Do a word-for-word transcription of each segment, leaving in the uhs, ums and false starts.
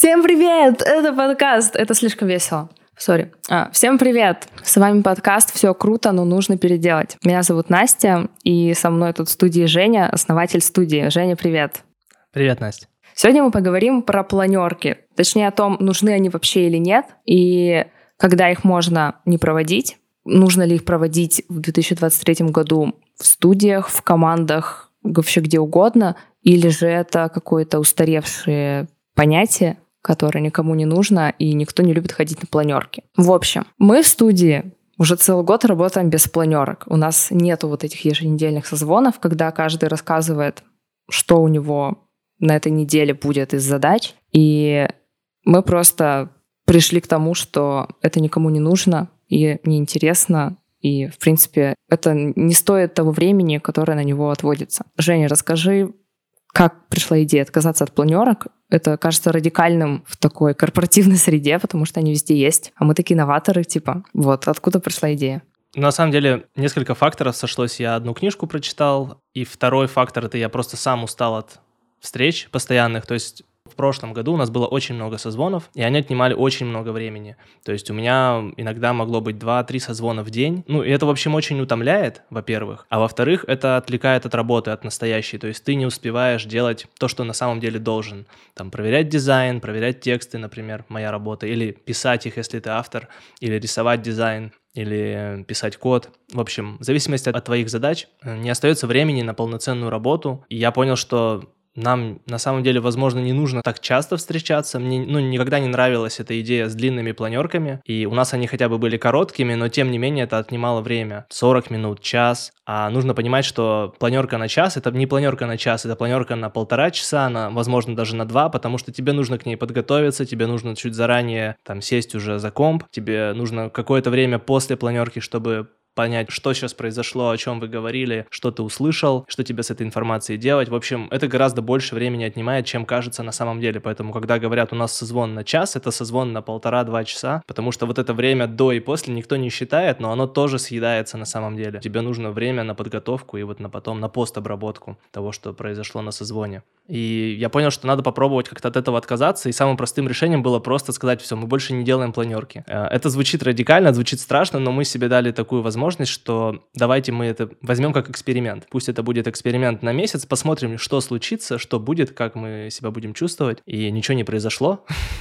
Всем привет! Это подкаст. Это слишком весело. Сори. А, всем привет! С вами подкаст «Все круто, но нужно переделать». Меня зовут Настя, и со мной тут в студии Женя, основатель студии. Женя, привет! Привет, Настя. Сегодня мы поговорим про планерки. Точнее, о том, нужны они вообще или нет, и когда их можно не проводить. Нужно ли их проводить в две тысячи двадцать третьем году в студиях, в командах, вообще где угодно, или же это какое-то устаревшее понятие, которое никому не нужно, и никто не любит ходить на планерки. В общем, мы в студии уже целый год работаем без планерок. У нас нету вот этих еженедельных созвонов, когда каждый рассказывает, что у него на этой неделе будет из задач, и мы просто пришли к тому, что это никому не нужно и неинтересно, и, в принципе, это не стоит того времени, которое на него отводится. Женя, расскажи, как пришла идея отказаться от планерок? Это кажется радикальным в такой корпоративной среде, потому что они везде есть. А мы такие новаторы, типа, вот, откуда пришла идея? На самом деле, несколько факторов сошлось. Я одну книжку прочитал, и второй фактор – это я просто сам устал от встреч постоянных. То есть в прошлом году у нас было очень много созвонов, и они отнимали очень много времени. То есть у меня иногда могло быть два-три созвона в день. Ну, и это, в общем, очень утомляет, во-первых. А во-вторых, это отвлекает от работы, от настоящей. То есть ты не успеваешь делать то, что на самом деле должен. Там, проверять дизайн, проверять тексты, например, моя работа, или писать их, если ты автор, или рисовать дизайн, или писать код. В общем, в зависимости от твоих задач не остается времени на полноценную работу. И я понял, что нам, на самом деле, возможно, не нужно так часто встречаться. Мне ну, никогда не нравилась эта идея с длинными планерками. И у нас они хотя бы были короткими, но, тем не менее, это отнимало время. сорок минут, час. А нужно понимать, что планерка на час – это не планерка на час, это планерка на полтора часа, на, возможно, даже на два, потому что тебе нужно к ней подготовиться, тебе нужно чуть заранее там, сесть уже за комп, тебе нужно какое-то время после планерки, чтобы понять, что сейчас произошло, о чем вы говорили, что ты услышал, что тебе с этой информацией делать. В общем, это гораздо больше времени отнимает, чем кажется на самом деле. Поэтому, когда говорят, у нас созвон на час, это созвон на полтора-два часа, потому что вот это время до и после никто не считает, но оно тоже съедается на самом деле. Тебе нужно время на подготовку и вот на потом на постобработку того, что произошло на созвоне. И я понял, что надо попробовать как-то от этого отказаться, и самым простым решением было просто сказать: все, мы больше не делаем планерки. Это звучит радикально, звучит страшно, но мы себе дали такую возможность, что давайте мы это возьмем как эксперимент. Пусть это будет эксперимент на месяц, посмотрим, что случится, что будет, как мы себя будем чувствовать. И ничего не произошло,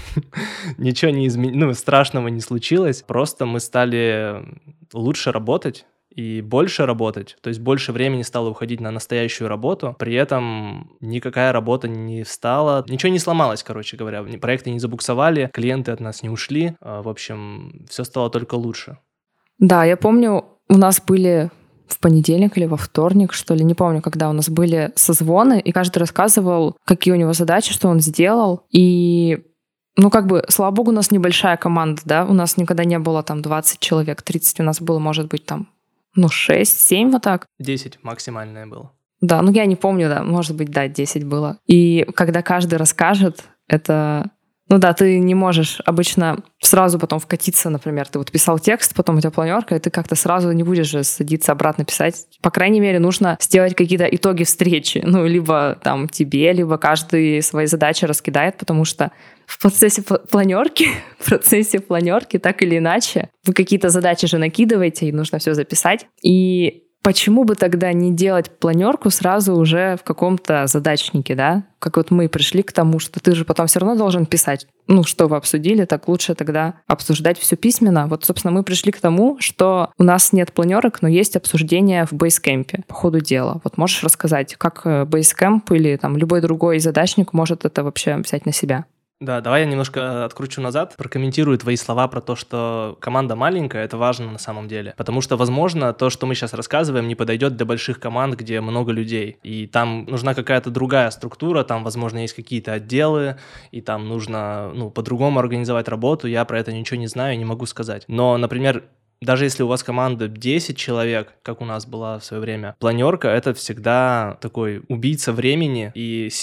ничего не изменилось, ну, страшного не случилось. Просто мы стали лучше работать и больше работать, то есть больше времени стало уходить на настоящую работу, при этом никакая работа не встала, ничего не сломалось, короче говоря, проекты не забуксовали, клиенты от нас не ушли, в общем, все стало только лучше. Да, я помню, у нас были в понедельник или во вторник, что ли, не помню, когда у нас были созвоны, и каждый рассказывал, какие у него задачи, что он сделал, и ну, как бы, слава богу, у нас небольшая команда, да, у нас никогда не было там двадцать человек, тридцать, у нас было, может быть, там Ну, шесть, семь, вот так. десять максимальное было. Да, ну я не помню, да, может быть, да, десять было. И когда каждый расскажет, это... Ну да, ты не можешь обычно сразу потом вкатиться, например, ты вот писал текст, потом у тебя планерка, и ты как-то сразу не будешь же садиться обратно писать. По крайней мере, нужно сделать какие-то итоги встречи. Ну, либо там тебе, либо каждый свои задачи раскидает, потому что в процессе планерки, в процессе планерки, так или иначе, вы какие-то задачи же накидываете, и нужно все записать. И почему бы тогда не делать планерку сразу уже в каком-то задачнике, да? Как вот мы пришли к тому, что ты же потом все равно должен писать. Ну, что вы обсудили, так лучше тогда обсуждать все письменно. Вот, собственно, мы пришли к тому, что у нас нет планерок, но есть обсуждение в Basecamp по ходу дела. Вот можешь рассказать, как Basecamp или там любой другой задачник может это вообще взять на себя? Да, давай я немножко откручу назад, прокомментирую твои слова про то, что команда маленькая, это важно на самом деле. Потому что, возможно, то, что мы сейчас рассказываем, не подойдет для больших команд, где много людей. И там нужна какая-то другая структура, там, возможно, есть какие-то отделы, и там нужно, ну, по-другому организовать работу. Я про это ничего не знаю, не могу сказать. Но, например, даже если у вас команда десять человек, как у нас была в свое время, планерка — это всегда такой убийца времени и сил,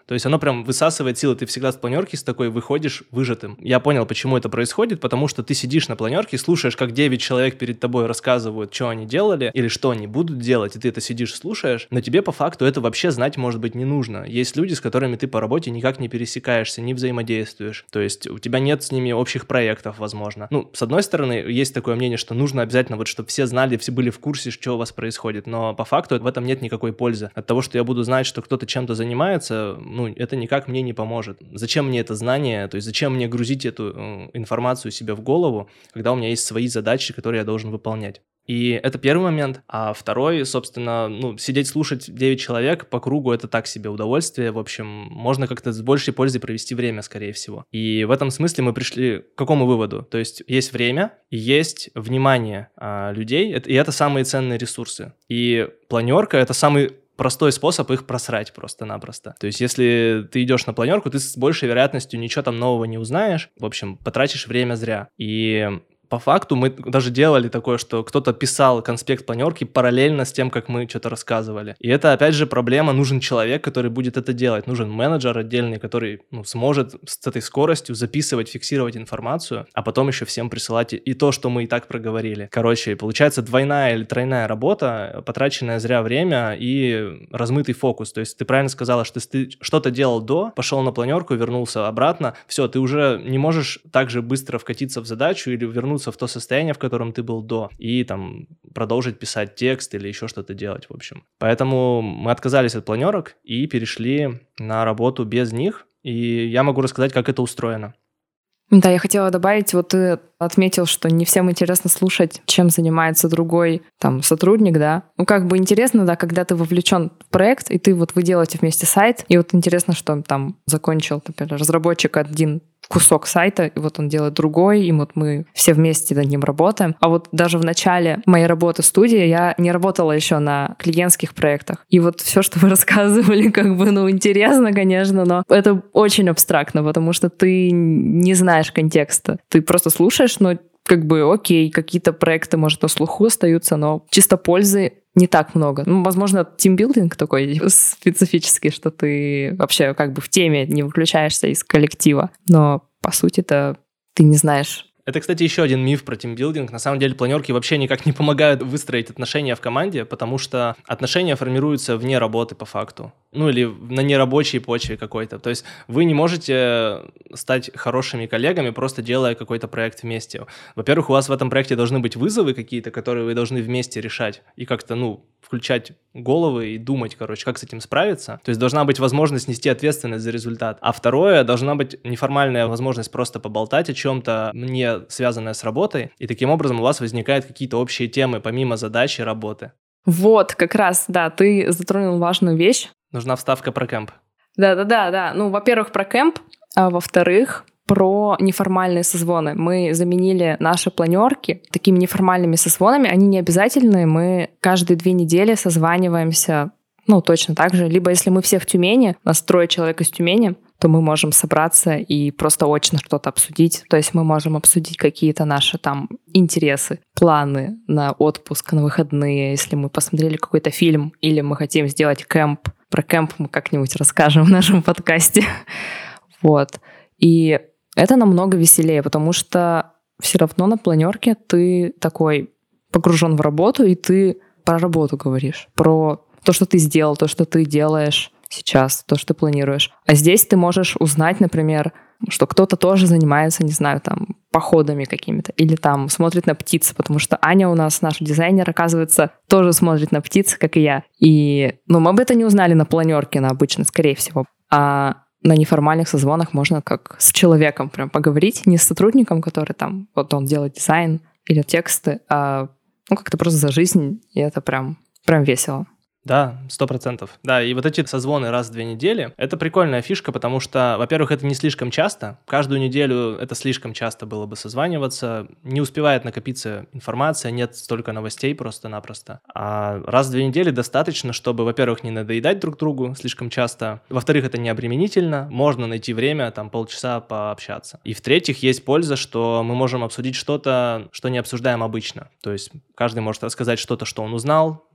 То есть оно прям высасывает силы. Ты всегда с планерки с такой выходишь выжатым. Я понял, почему это происходит, потому что ты сидишь на планерке, слушаешь, как девять человек перед тобой рассказывают, что они делали или что они будут делать, и ты это сидишь, слушаешь, но тебе по факту это вообще знать, может быть, не нужно. Есть люди, с которыми ты по работе никак не пересекаешься, не взаимодействуешь. То есть у тебя нет с ними общих проектов, возможно. Ну, с одной стороны, есть такое мнение, что нужно обязательно вот, чтобы все знали, все были в курсе, что у вас происходит, но по факту в этом нет никакой пользы. От того, что я буду знать, что кто-то чем-то занимается, ну, это никак мне не поможет. Зачем мне это знание, то есть зачем мне грузить эту э, информацию себе в голову, когда у меня есть свои задачи, которые я должен выполнять. И это первый момент. А второй, собственно, ну, сидеть слушать девять человек по кругу – это так себе удовольствие. В общем, можно как-то с большей пользой провести время, скорее всего. И в этом смысле мы пришли к какому выводу? То есть есть время и есть внимание а, людей, и это самые ценные ресурсы. И планерка – это самый простой способ их просрать просто-напросто. То есть если ты идешь на планерку, ты с большей вероятностью ничего там нового не узнаешь. В общем, потратишь время зря. И по факту мы даже делали такое, что кто-то писал конспект планерки параллельно с тем, как мы что-то рассказывали. И это, опять же, проблема. Нужен человек, который будет это делать. Нужен менеджер отдельный, который ну, сможет с этой скоростью записывать, фиксировать информацию, а потом еще всем присылать и то, что мы и так проговорили. Короче, получается двойная или тройная работа, потраченное зря время и размытый фокус. То есть ты правильно сказала, что ты что-то делал до, пошел на планерку, вернулся обратно, все, ты уже не можешь так же быстро вкатиться в задачу или вернуться в то состояние, в котором ты был до, и там продолжить писать текст или еще что-то делать, в общем. Поэтому мы отказались от планерок и перешли на работу без них, и я могу рассказать, как это устроено. Да, я хотела добавить, вот ты отметил, что не всем интересно слушать, чем занимается другой там сотрудник, да. Ну, как бы интересно, да, когда ты вовлечен в проект, и ты вот вы делаете вместе сайт, и вот интересно, что там закончил, например, разработчик один кусок сайта, и вот он делает другой, и вот мы все вместе над ним работаем. А вот даже в начале моей работы в студии я не работала еще на клиентских проектах. И вот все, что вы рассказывали, как бы, ну, интересно, конечно, но это очень абстрактно, потому что ты не знаешь контекста. Ты просто слушаешь, но как бы окей, какие-то проекты, может, на слуху остаются, но чисто пользы не так много. Ну, возможно, тимбилдинг такой специфический, что ты вообще как бы в теме не выключаешься из коллектива. Но, по сути-то, ты не знаешь. Это, кстати, еще один миф про тимбилдинг. На самом деле планерки вообще никак не помогают выстроить отношения в команде, потому что отношения формируются вне работы по факту. Ну или на нерабочей почве какой-то. То есть вы не можете стать хорошими коллегами, просто делая какой-то проект вместе. Во-первых, у вас в этом проекте должны быть вызовы какие-то, которые вы должны вместе решать и как-то, ну, включать головы и думать, короче, как с этим справиться. То есть должна быть возможность нести ответственность за результат. А второе, должна быть неформальная возможность просто поболтать о чем-то, не связанное с работой, и таким образом у вас возникают какие-то общие темы помимо задачи работы. Вот, как раз, да, ты затронул важную вещь. Нужна вставка про кэмп. Да-да-да, да. Ну, во-первых, про кэмп, а во-вторых, про неформальные созвоны. Мы заменили наши планерки такими неформальными созвонами. Они не обязательные. Мы каждые две недели созваниваемся, ну, точно так же. Либо если мы все в Тюмени, у нас трое человек из Тюмени, то мы можем собраться и просто очно что-то обсудить. То есть мы можем обсудить какие-то наши там интересы, планы на отпуск, на выходные, если мы посмотрели какой-то фильм или мы хотим сделать кэмп. Про кэмп мы как-нибудь расскажем в нашем подкасте. Вот. И это намного веселее, потому что все равно на планерке ты такой погружен в работу, и ты про работу говоришь, про то, что ты сделал, то, что ты делаешь сейчас, то, что ты планируешь. А здесь ты можешь узнать, например, что кто-то тоже занимается, не знаю, там, походами какими-то, или там смотрит на птиц, потому что Аня у нас, наш дизайнер, оказывается, тоже смотрит на птиц, как и я. И, ну, мы бы это не узнали на планерке, на обычной, скорее всего. А на неформальных созвонах можно как с человеком прям поговорить, не с сотрудником, который там, вот он делает дизайн или тексты, а ну, как-то просто за жизнь, и это прям, прям весело. Да, сто процентов. Да, и вот эти созвоны раз в две недели, это прикольная фишка, потому что, во-первых, это не слишком часто. Каждую неделю это слишком часто было бы созваниваться. Не успевает накопиться информация, нет столько новостей просто-напросто. А раз в две недели достаточно, чтобы, во-первых, не надоедать друг другу слишком часто. Во-вторых, это не обременительно. Можно найти время, там, полчаса пообщаться. И в-третьих, есть польза, что мы можем обсудить что-то, что не обсуждаем обычно. То есть каждый может рассказать что-то, что он узнал,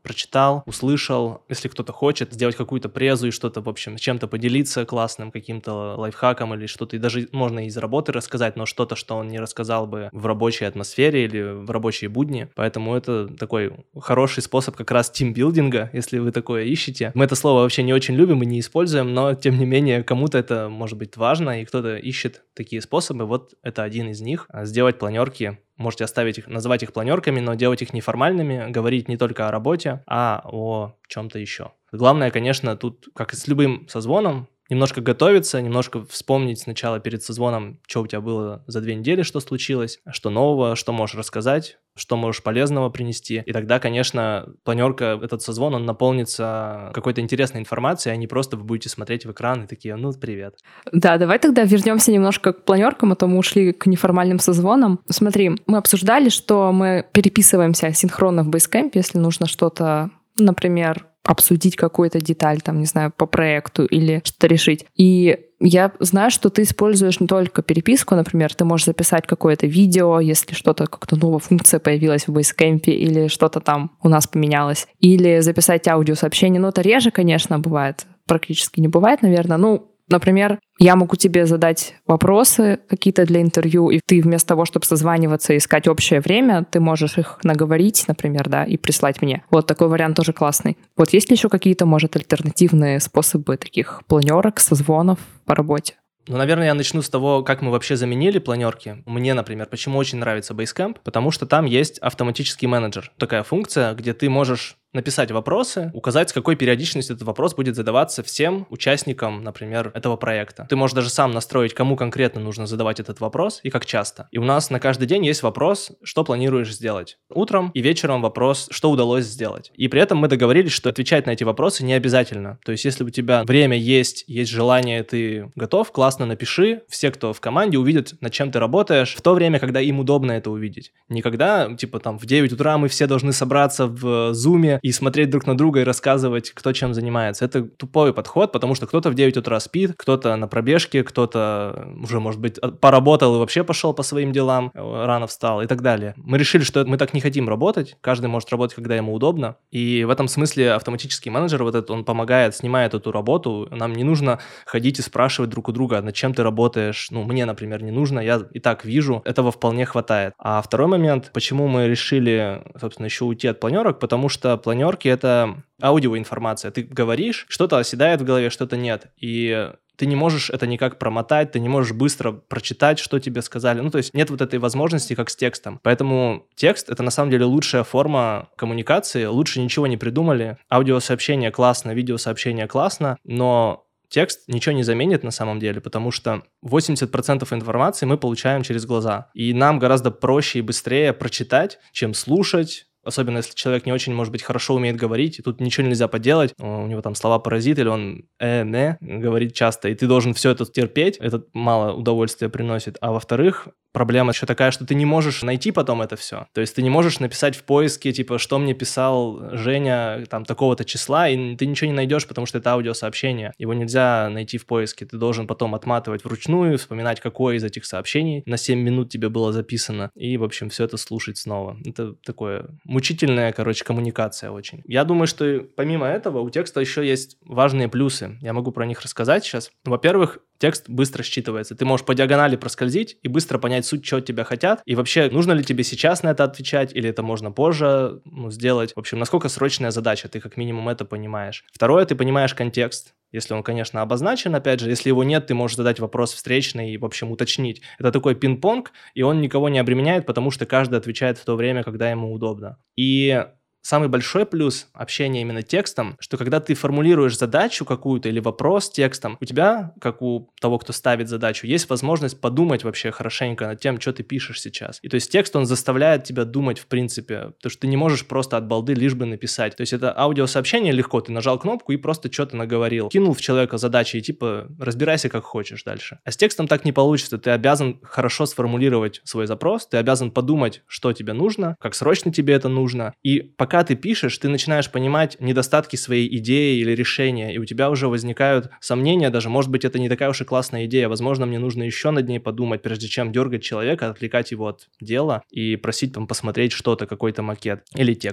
прочитал, услышал. Если кто-то хочет сделать какую-то презу и что-то, в общем, чем-то поделиться классным, каким-то лайфхаком или что-то, и даже можно из работы рассказать, но что-то, что он не рассказал бы в рабочей атмосфере или в рабочие будни. Поэтому это такой хороший способ как раз тимбилдинга, если вы такое ищете. Мы это слово вообще не очень любим и не используем, но, тем не менее, кому-то это может быть важно, и кто-то ищет такие способы. Вот это один из них. Сделать планерки. Можете оставить их, называть их планерками, но делать их неформальными, говорить не только о работе, а о чем-то еще. Главное, конечно, тут, как и с любым созвоном, немножко готовиться, немножко вспомнить сначала перед созвоном, что у тебя было за две недели, что случилось, что нового, что можешь рассказать, что можешь полезного принести. И тогда, конечно, планерка, этот созвон, он наполнится какой-то интересной информацией, а не просто вы будете смотреть в экран и такие, ну, привет. Да, давай тогда вернемся немножко к планеркам, а то мы ушли к неформальным созвонам. Смотри, мы обсуждали, что мы переписываемся синхронно в Basecamp, если нужно что-то, например, обсудить какую-то деталь, там, не знаю, по проекту или что-то решить. И я знаю, что ты используешь не только переписку, например, ты можешь записать какое-то видео, если что-то, как-то новая функция появилась в Basecamp или что-то там у нас поменялось, или записать аудиосообщение. Ну, это реже, конечно, бывает, практически не бывает, наверное. Ну, например, я могу тебе задать вопросы какие-то для интервью, и ты вместо того, чтобы созваниваться и искать общее время, ты можешь их наговорить, например, да, и прислать мне. Вот такой вариант тоже классный. Вот есть ли еще какие-то, может, альтернативные способы таких планерок, созвонов по работе? Ну, наверное, я начну с того, как мы вообще заменили планерки. Мне, например, почему очень нравится Basecamp, потому что там есть автоматический менеджер. Такая функция, где ты можешь написать вопросы, указать, с какой периодичностью этот вопрос будет задаваться всем участникам, например, этого проекта. Ты можешь даже сам настроить, кому конкретно нужно задавать этот вопрос и как часто. И у нас на каждый день есть вопрос, что планируешь сделать. Утром и вечером вопрос, что удалось сделать. И при этом мы договорились, что отвечать на эти вопросы не обязательно. То есть, если у тебя время есть, есть желание, ты готов, классно, напиши. Все, кто в команде, увидят, над чем ты работаешь в то время, когда им удобно это увидеть. Не когда, типа, там, в девять утра мы все должны собраться в Zoom и смотреть друг на друга и рассказывать, кто чем занимается. Это тупой подход, потому что кто-то в девять утра спит, кто-то на пробежке, кто-то уже, может быть, поработал и вообще пошел по своим делам, рано встал и так далее. Мы решили, что мы так не хотим работать, каждый может работать, когда ему удобно, и в этом смысле автоматический менеджер, вот этот, он помогает, снимает эту работу, нам не нужно ходить и спрашивать друг у друга, над чем ты работаешь, ну, мне, например, не нужно, я и так вижу, этого вполне хватает. А второй момент, почему мы решили, собственно, еще уйти от планерок, потому что планерки — это аудиоинформация. Ты говоришь, что-то оседает в голове, что-то нет. И ты не можешь это никак промотать, ты не можешь быстро прочитать, что тебе сказали. Ну, то есть нет вот этой возможности, как с текстом. Поэтому текст — это на самом деле лучшая форма коммуникации. Лучше ничего не придумали. Аудиосообщение классно, видеосообщение классно, но текст ничего не заменит на самом деле, потому что восемьдесят процентов информации мы получаем через глаза. И нам гораздо проще и быстрее прочитать, чем слушать, особенно если человек не очень, может быть, хорошо умеет говорить, и тут ничего нельзя поделать, у него там слова паразит, или он э, не говорит часто, и ты должен все это терпеть, это мало удовольствия приносит. А во-вторых, проблема еще такая, что ты не можешь найти потом это все. То есть ты не можешь написать в поиске, типа, что мне писал Женя там такого-то числа, и ты ничего не найдешь, потому что это аудиосообщение. Его нельзя найти в поиске. Ты должен потом отматывать вручную, вспоминать, какое из этих сообщений на семь минут тебе было записано, и, в общем, все это слушать снова. Это такое мучительная, короче, коммуникация очень. Я думаю, что помимо этого у текста еще есть важные плюсы. Я могу про них рассказать сейчас. Во-первых, текст быстро считывается. Ты можешь по диагонали проскользить и быстро понять суть, что от тебя хотят. И вообще, нужно ли тебе сейчас на это отвечать, или это можно позже ну, сделать. В общем, насколько срочная задача, ты как минимум это понимаешь. Второе, ты понимаешь контекст. Если он, конечно, обозначен, опять же, если его нет, ты можешь задать вопрос встречный и, в общем, уточнить. Это такой пинг-понг, и он никого не обременяет, потому что каждый отвечает в то время, когда ему удобно. И самый большой плюс общения именно текстом, что когда ты формулируешь задачу какую-то или вопрос текстом, у тебя, как у того, кто ставит задачу, есть возможность подумать вообще хорошенько над тем, что ты пишешь сейчас. И то есть текст, он заставляет тебя думать в принципе, потому что ты не можешь просто от балды лишь бы написать. То есть это аудиосообщение легко, ты нажал кнопку и просто что-то наговорил. Кинул в человека задачи и типа разбирайся как хочешь дальше. А с текстом так не получится, ты обязан хорошо сформулировать свой запрос, ты обязан подумать, что тебе нужно, как срочно тебе это нужно, и пока ты пишешь, ты начинаешь понимать недостатки своей идеи или решения, и у тебя уже возникают сомнения даже, может быть, это не такая уж и классная идея, возможно, мне нужно еще над ней подумать, прежде чем дергать человека, отвлекать его от дела и просить там посмотреть что-то, какой-то макет или текст.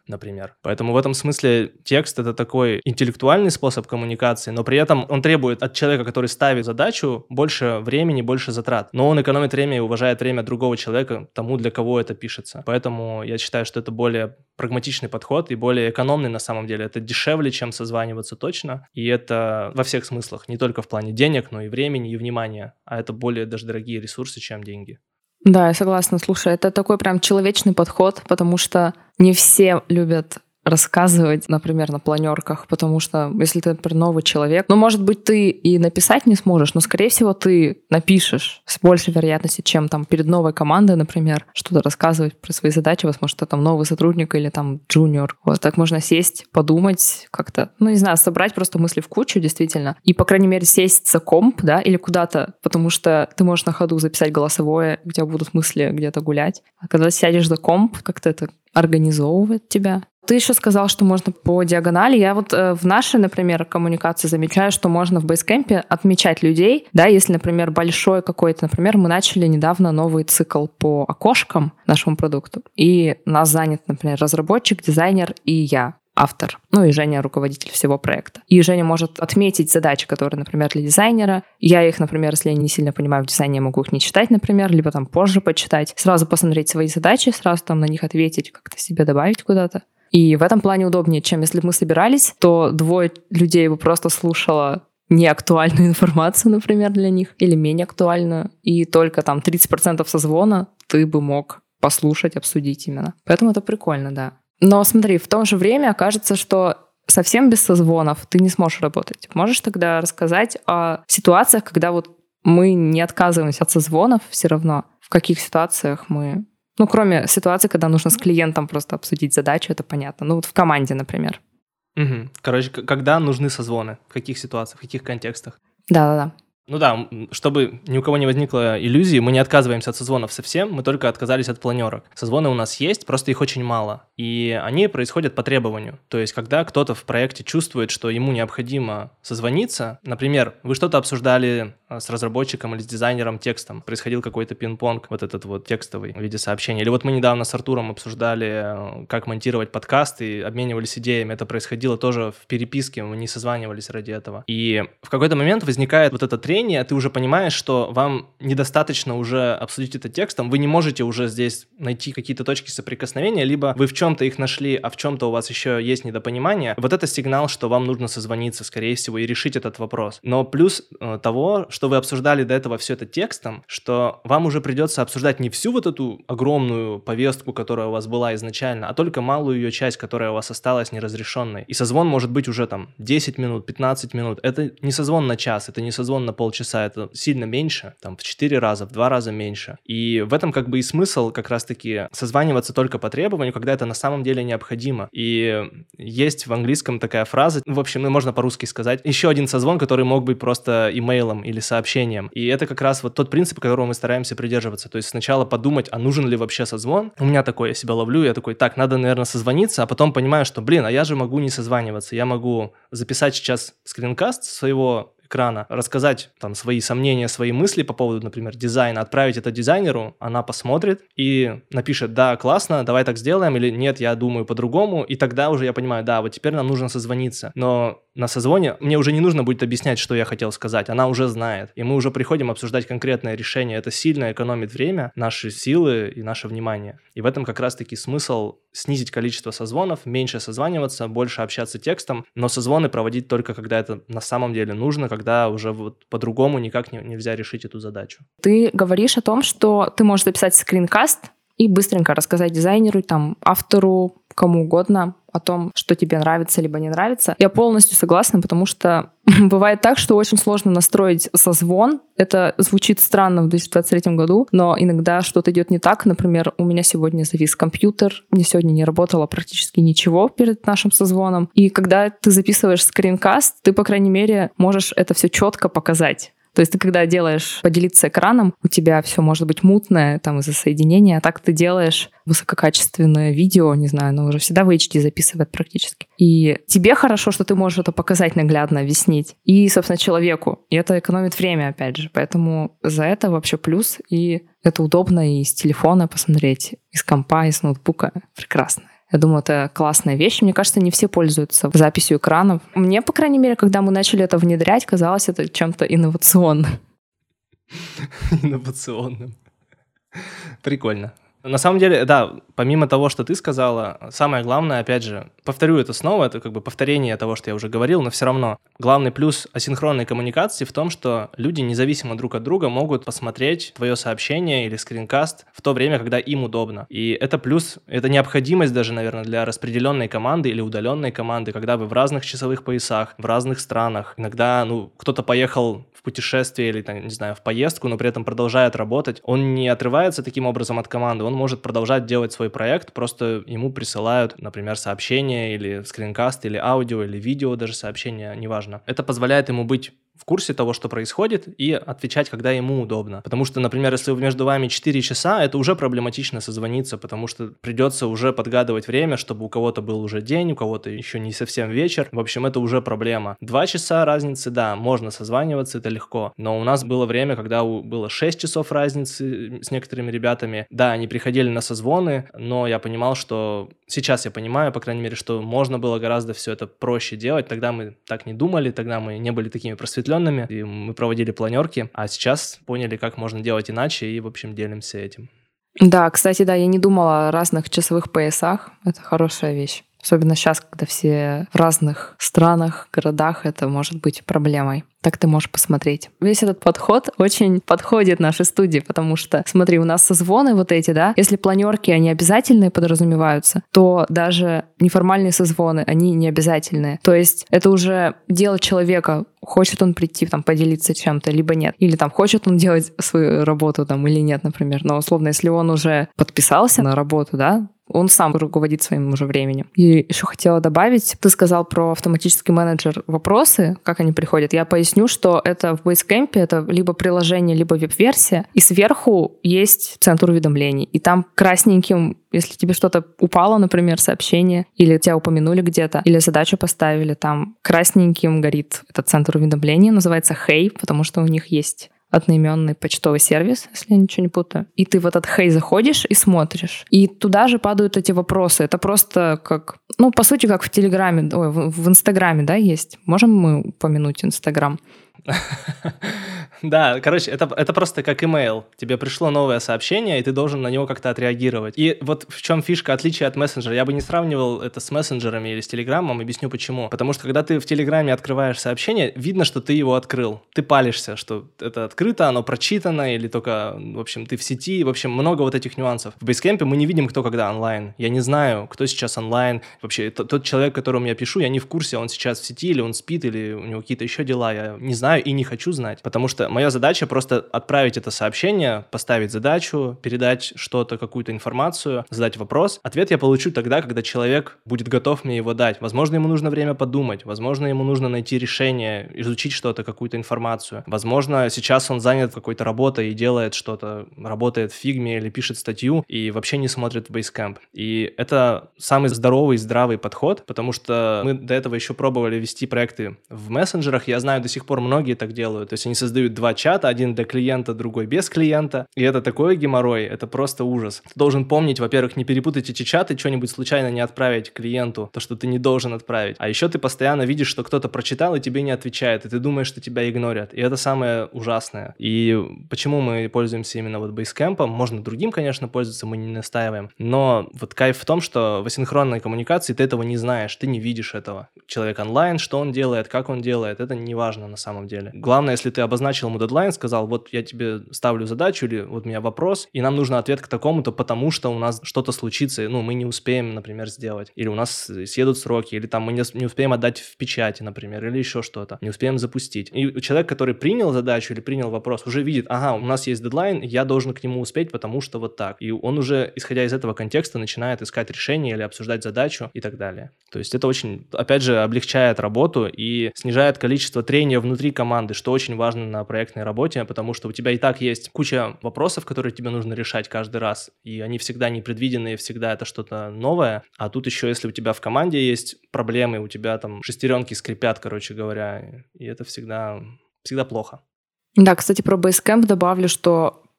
например. Поэтому в этом смысле текст — это такой интеллектуальный способ коммуникации, но при этом он требует от человека, который ставит задачу, больше времени, больше затрат. Но он экономит время и уважает время другого человека, тому, для кого это пишется. Поэтому я считаю, что это более прагматичный подход и более экономный на самом деле. Это дешевле, чем созваниваться точно. И это во всех смыслах, не только в плане денег, но и времени, и внимания. А это более даже дорогие ресурсы, чем деньги. Да, я согласна. Слушай, это такой прям человечный подход, потому что не все любят рассказывать, например, на планерках, потому что если ты, например, новый человек, ну, может быть, ты и написать не сможешь, но, скорее всего, ты напишешь с большей вероятностью, чем там перед новой командой, например, что-то рассказывать про свои задачи, возможно, ты там новый сотрудник или там джуниор. Вот так можно сесть, подумать как-то, ну, не знаю, собрать просто мысли в кучу, действительно, и, по крайней мере, сесть за комп, да, или куда-то, потому что ты можешь на ходу записать голосовое, у тебя будут мысли где-то гулять. А когда сядешь за комп, как-то это организовывает тебя. Ты еще сказал, что можно по диагонали. Я вот э, в нашей, например, коммуникации замечаю, что можно в Basecamp отмечать людей, да, если, например, большой какой-то, например, мы начали недавно новый цикл по окошкам нашему продукту, и нас занят, например, разработчик, дизайнер и я, автор, ну и Женя руководитель всего проекта. И Женя может отметить задачи, которые, например, для дизайнера. Я их, например, если я не сильно понимаю в дизайне, я могу их не читать, например, либо там позже почитать, сразу посмотреть свои задачи, сразу там на них ответить, как-то себе добавить куда-то. И в этом плане удобнее, чем если бы мы собирались, то двое людей бы просто слушало неактуальную информацию, например, для них, или менее актуальную, и только там тридцать процентов созвона ты бы мог послушать, обсудить именно. Поэтому это прикольно, да. Но смотри, в то же время кажется, что совсем без созвонов ты не сможешь работать. Можешь тогда рассказать о ситуациях, когда вот мы не отказываемся от созвонов все равно? В каких ситуациях мы... Ну, кроме ситуации, когда нужно с клиентом просто обсудить задачу, это понятно. Ну, вот в команде, например. Угу. Короче, когда нужны созвоны? В каких ситуациях, в каких контекстах? Да-да-да. Ну да, чтобы ни у кого не возникло иллюзии, мы не отказываемся от созвонов совсем, мы только отказались от планерок. Созвоны у нас есть, просто их очень мало, и они происходят по требованию. То есть, когда кто-то в проекте чувствует, что ему необходимо созвониться, например, вы что-то обсуждали с разработчиком или с дизайнером текстом, происходил какой-то пинг-понг, вот этот вот текстовый в виде сообщения. Или вот мы недавно с Артуром обсуждали, как монтировать подкаст, и обменивались идеями, это происходило тоже в переписке, мы не созванивались ради этого. И в какой-то момент возникает вот этот трение, ты уже понимаешь, что вам недостаточно уже обсудить это текстом, вы не можете уже здесь найти какие-то точки соприкосновения, либо вы в чем-то их нашли, а в чем-то у вас еще есть недопонимание. Вот это сигнал, что вам нужно созвониться, скорее всего, и решить этот вопрос. Но плюс э, того, что вы обсуждали до этого все это текстом, что вам уже придется обсуждать не всю вот эту огромную повестку, которая у вас была изначально, а только малую ее часть, которая у вас осталась неразрешенной. И созвон может быть уже там десять минут, пятнадцать минут. Это не созвон на час, это не созвон на полчаса, это сильно меньше, там в четыре раза, в два раза меньше. И в этом как бы и смысл как раз-таки созваниваться только по требованию, когда это на самом деле необходимо. И есть в английском такая фраза, в общем, ну, можно по-русски сказать, еще один созвон, который мог быть просто имейлом или сообщением. И это как раз вот тот принцип, которого мы стараемся придерживаться. То есть сначала подумать, а нужен ли вообще созвон. У меня такое, я себя ловлю, я такой, так, надо, наверное, созвониться, а потом понимаю, что, блин, а я же могу не созваниваться. Я могу записать сейчас скринкаст своего экрана, рассказать там свои сомнения, свои мысли по поводу, например, дизайна, отправить это дизайнеру, она посмотрит и напишет, да, классно, давай так сделаем, или нет, я думаю по-другому, и тогда уже я понимаю, да, вот теперь нам нужно созвониться. Но на созвоне мне уже не нужно будет объяснять, что я хотел сказать, она уже знает, и мы уже приходим обсуждать конкретное решение. Это сильно экономит время, наши силы и наше внимание. И в этом как раз-таки смысл снизить количество созвонов, меньше созваниваться, больше общаться текстом, но созвоны проводить только когда это на самом деле нужно, когда уже вот по-другому никак не, нельзя решить эту задачу. Ты говоришь о том, что ты можешь записать скринкаст и быстренько рассказать дизайнеру, там, автору, кому угодно о том, что тебе нравится либо не нравится. Я полностью согласна, потому что бывает так, что очень сложно настроить созвон. Это звучит странно в две тысячи двадцать третьем году, но иногда что-то идет не так. Например, у меня сегодня завис компьютер, мне сегодня не работало практически ничего перед нашим созвоном. И когда ты записываешь скринкаст, ты, по крайней мере, можешь это все четко показать. То есть ты, когда делаешь поделиться экраном, у тебя все может быть мутное там из-за соединения, а так ты делаешь высококачественное видео, не знаю, но уже всегда в эйч ди записывает практически. И тебе хорошо, что ты можешь это показать наглядно, объяснить. И, собственно, человеку. И это экономит время, опять же. Поэтому за это вообще плюс. И это удобно и с телефона посмотреть, и с компа, и с ноутбука. Прекрасно. Я думаю, это классная вещь. Мне кажется, не все пользуются записью экранов. Мне, по крайней мере, когда мы начали это внедрять, казалось это чем-то инновационным. Инновационным. Прикольно. На самом деле, да, помимо того, что ты сказала, самое главное, опять же, повторю это снова, это как бы повторение того, что я уже говорил, но все равно главный плюс асинхронной коммуникации в том, что люди независимо друг от друга могут посмотреть твое сообщение или скринкаст в то время, когда им удобно. И это плюс, это необходимость даже, наверное, для распределенной команды или удаленной команды, когда вы в разных часовых поясах, в разных странах. Иногда, ну, кто-то поехал в путешествие или, там, не знаю, в поездку, но при этом продолжает работать. Он не отрывается таким образом от команды, он может продолжать делать свой проект, просто ему присылают, например, сообщение или скринкаст, или аудио, или видео, даже сообщение, неважно. Это позволяет ему быть в курсе того, что происходит, и отвечать, когда ему удобно. Потому что, например, если между вами четыре часа, это уже проблематично созвониться, потому что придется уже подгадывать время, чтобы у кого-то был уже день, у кого-то еще не совсем вечер. В общем, это уже проблема. Два часа разницы, да, можно созваниваться, это легко. Но у нас было время, когда было шесть часов разницы с некоторыми ребятами. Да, они приходили на созвоны, но я понимал, что... Сейчас я понимаю, по крайней мере, что можно было гораздо все это проще делать. Тогда мы так не думали, тогда мы не были такими просветленными, и мы проводили планерки, а сейчас поняли, как можно делать иначе, и, в общем, делимся этим. Да, кстати, да, я не думала о разных часовых поясах. Это хорошая вещь. Особенно сейчас, когда все в разных странах, городах, это может быть проблемой. Так ты можешь посмотреть. Весь этот подход очень подходит нашей студии, потому что, смотри, у нас созвоны вот эти, да, если планерки, они обязательные подразумеваются, то даже неформальные созвоны, они не обязательные. То есть это уже дело человека, хочет он прийти, там, поделиться чем-то, либо нет. Или там, хочет он делать свою работу, там, или нет, например. Но, условно, если он уже подписался на работу, да, он сам руководит своим уже временем. И еще хотела добавить, ты сказал про автоматический менеджер вопросы, как они приходят. Я поясню, что это в Basecamp, это либо приложение, либо веб-версия, и сверху есть центр уведомлений. И там красненьким, если тебе что-то упало, например, сообщение, или тебя упомянули где-то, или задачу поставили, там красненьким горит этот центр уведомлений, называется Hey, потому что у них есть одноименный почтовый сервис, если я ничего не путаю. И ты в этот Hey заходишь и смотришь. И туда же падают эти вопросы. Это просто как, ну, по сути, как в Телеграме, ой, в, в Инстаграме, да, есть. Можем мы упомянуть Инстаграм? Да, короче, это, это просто как имейл. Тебе пришло новое сообщение, и ты должен на него как-то отреагировать. И вот в чем фишка отличия от мессенджера. Я бы не сравнивал это с мессенджерами или с Телеграмом, объясню почему. Потому что когда ты в Телеграме открываешь сообщение, видно, что ты его открыл. Ты палишься, что это открыто, оно прочитано, или только, в общем, ты в сети. В общем, много вот этих нюансов. В Basecamp мы не видим, кто когда онлайн. Я не знаю, кто сейчас онлайн. Вообще, тот, тот человек, которому я пишу, я не в курсе, он сейчас в сети, или он спит, или у него какие-то еще дела. Я не знаю и не хочу знать. Потому что моя задача просто отправить это сообщение, поставить задачу, передать что-то, какую-то информацию, задать вопрос. Ответ я получу тогда, когда человек будет готов мне его дать. Возможно, ему нужно время подумать, возможно, ему нужно найти решение, изучить что-то, какую-то информацию. Возможно, сейчас он занят какой-то работой и делает что-то, работает в фигме или пишет статью и вообще не смотрит в Basecamp. И это самый здоровый, здравый подход, потому что мы до этого еще пробовали вести проекты в мессенджерах. Я знаю, до сих пор многие так делают. То есть они создают два чата, один для клиента, другой без клиента. И это такой геморрой, это просто ужас. Ты должен помнить, во-первых, не перепутать эти чаты, что-нибудь случайно не отправить клиенту, то, что ты не должен отправить. А еще ты постоянно видишь, что кто-то прочитал и тебе не отвечает, и ты думаешь, что тебя игнорят. И это самое ужасное. И почему мы пользуемся именно вот Basecamp? Можно другим, конечно, пользоваться, мы не настаиваем. Но вот кайф в том, что в асинхронной коммуникации ты этого не знаешь, ты не видишь этого. Человек онлайн, что он делает, как он делает, это не важно на самом деле. Главное, если ты обозначил ему дедлайн, сказал, вот я тебе ставлю задачу, или вот у меня вопрос, и нам нужен ответ к такому-то, потому что у нас что-то случится, ну, мы не успеем, например, сделать. Или у нас съедут сроки, или там мы не, не успеем отдать в печати, например, или еще что-то. Не успеем запустить. И человек, который принял задачу или принял вопрос, уже видит, ага, у нас есть дедлайн, я должен к нему успеть, потому что вот так. И он уже, исходя из этого контекста, начинает искать решение или обсуждать задачу и так далее. То есть это очень, опять же, облегчает работу и снижает количество трения внутри команды, что очень важно на проектной работе, потому что у тебя и так есть куча вопросов, которые тебе нужно решать каждый раз, и они всегда непредвиденные, всегда это что-то новое, а тут еще, если у тебя в команде есть проблемы, у тебя там шестеренки скрипят, короче говоря, и это всегда, всегда плохо. Да, кстати, про Basecamp добавлю, что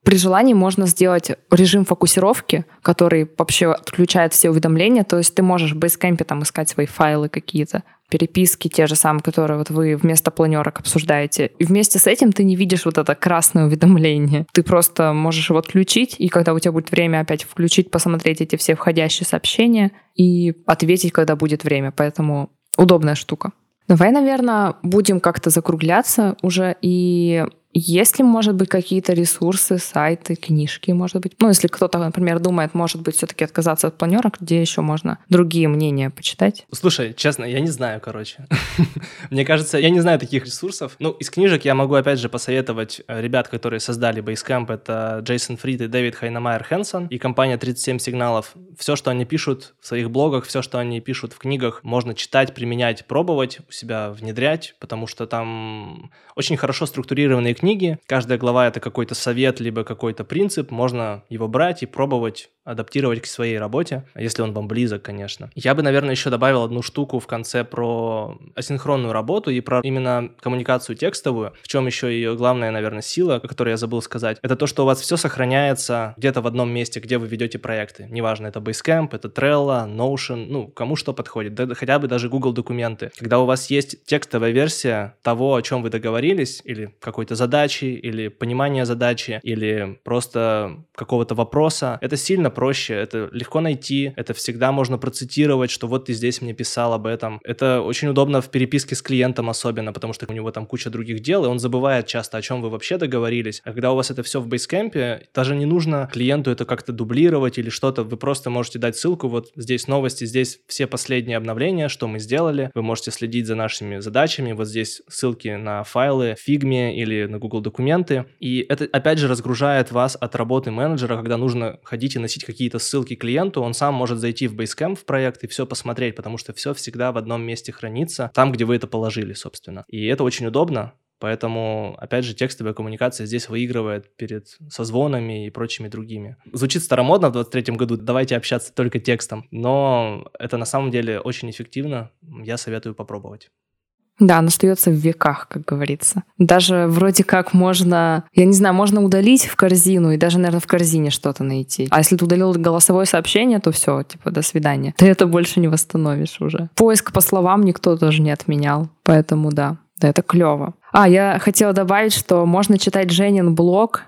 При желании можно сделать режим фокусировки, который вообще отключает все уведомления. То есть ты можешь в Basecamp там искать свои файлы какие-то, переписки те же самые, которые вот вы вместо планерок обсуждаете. И вместе с этим ты не видишь вот это красное уведомление. Ты просто можешь его отключить, и когда у тебя будет время опять включить, посмотреть эти все входящие сообщения и ответить, когда будет время. Поэтому удобная штука. Давай, наверное, будем как-то закругляться уже. И есть ли, может быть, какие-то ресурсы, сайты, книжки, может быть? Ну, если кто-то, например, думает, может быть, все-таки отказаться от планерок, где еще можно другие мнения почитать? Слушай, честно, я не знаю, короче. Мне кажется, я не знаю таких ресурсов. Ну, из книжек я могу, опять же, посоветовать ребят, которые создали Basecamp. Это Джейсон Фрид и Дэвид Хайнемайер Хэнсон и компания тридцать семь сигналов. Все, что они пишут в своих блогах, все, что они пишут в книгах, можно читать, применять, пробовать, у себя внедрять, потому что там очень хорошо структурированные книги. Каждая глава — это какой-то совет, либо какой-то принцип. Можно его брать и пробовать адаптировать к своей работе, если он вам близок, конечно. Я бы, наверное, еще добавил одну штуку в конце про асинхронную работу и про именно коммуникацию текстовую. В чем еще ее главная, наверное, сила, о которой я забыл сказать, это то, что у вас все сохраняется где-то в одном месте, где вы ведете проекты. Неважно, это Basecamp, это Trello, Notion, ну, кому что подходит, да, хотя бы даже Google документы. Когда у вас есть текстовая версия того, о чем вы договорились, или какой-то задачи, или понимание задачи, или просто какого-то вопроса, это сильно проще, это легко найти, это всегда можно процитировать, что вот ты здесь мне писал об этом. Это очень удобно в переписке с клиентом особенно, потому что у него там куча других дел, и он забывает часто, о чем вы вообще договорились. А когда у вас это все в Basecamp, даже не нужно клиенту это как-то дублировать или что-то, вы просто можете дать ссылку, вот здесь новости, здесь все последние обновления, что мы сделали, вы можете следить за нашими задачами, вот здесь ссылки на файлы в Figma или на Google документы, и это опять же разгружает вас от работы менеджера, когда нужно ходить и носить какие-то ссылки клиенту, он сам может зайти в Basecamp в проект и все посмотреть, потому что все всегда в одном месте хранится, там, где вы это положили, собственно. И это очень удобно, поэтому, опять же, текстовая коммуникация здесь выигрывает перед созвонами и прочими другими. Звучит старомодно в двадцать третьем году, давайте общаться только текстом, но это на самом деле очень эффективно, я советую попробовать. Да, он остается в веках, как говорится. Даже вроде как можно, я не знаю, можно удалить в корзину и даже, наверное, в корзине что-то найти. А если ты удалил голосовое сообщение, то все, типа, до свидания. Ты это больше не восстановишь уже. Поиск по словам никто тоже не отменял, поэтому да, да, это клево. А, я хотела добавить, что можно читать Женин блог,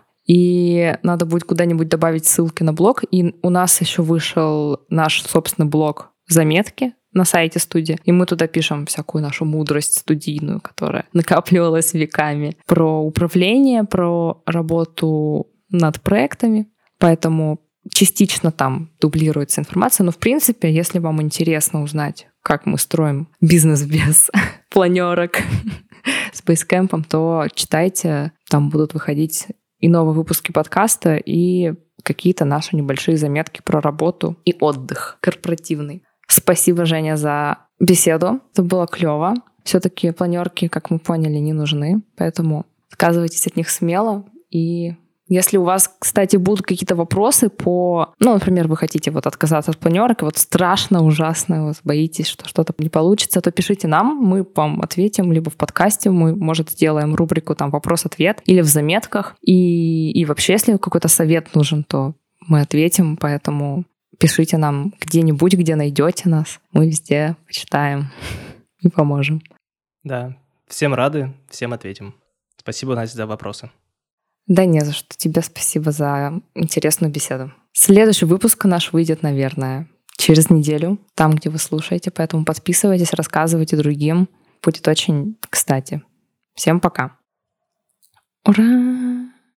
и надо будет куда-нибудь добавить ссылки на блог. И у нас еще вышел наш собственный блог «Заметки» на сайте студии, и мы туда пишем всякую нашу мудрость студийную, которая накапливалась веками, про управление, про работу над проектами, поэтому частично там дублируется информация, но в принципе, если вам интересно узнать, как мы строим бизнес без планерок с Basecamp, то читайте, там будут выходить и новые выпуски подкаста, и какие-то наши небольшие заметки про работу и отдых корпоративный. Спасибо, Женя, за беседу. Это было клево. Все-таки планерки, как мы поняли, не нужны, поэтому отказывайтесь от них смело. И если у вас, кстати, будут какие-то вопросы по... Ну, например, вы хотите вот отказаться от планерок, и вот страшно, ужасно, вот боитесь, что что-то не получится, то пишите нам, мы вам ответим, либо в подкасте, мы, может, сделаем рубрику там «Вопрос-ответ», или в заметках. И, и вообще, если какой-то совет нужен, то мы ответим, поэтому... Пишите нам где-нибудь, где найдете нас. Мы везде почитаем и поможем. Да, всем рады, всем ответим. Спасибо, Настя, за вопросы. Да не за что. Тебе спасибо за интересную беседу. Следующий выпуск наш выйдет, наверное, через неделю, там, где вы слушаете. Поэтому подписывайтесь, рассказывайте другим. Будет очень кстати. Всем пока. Ура!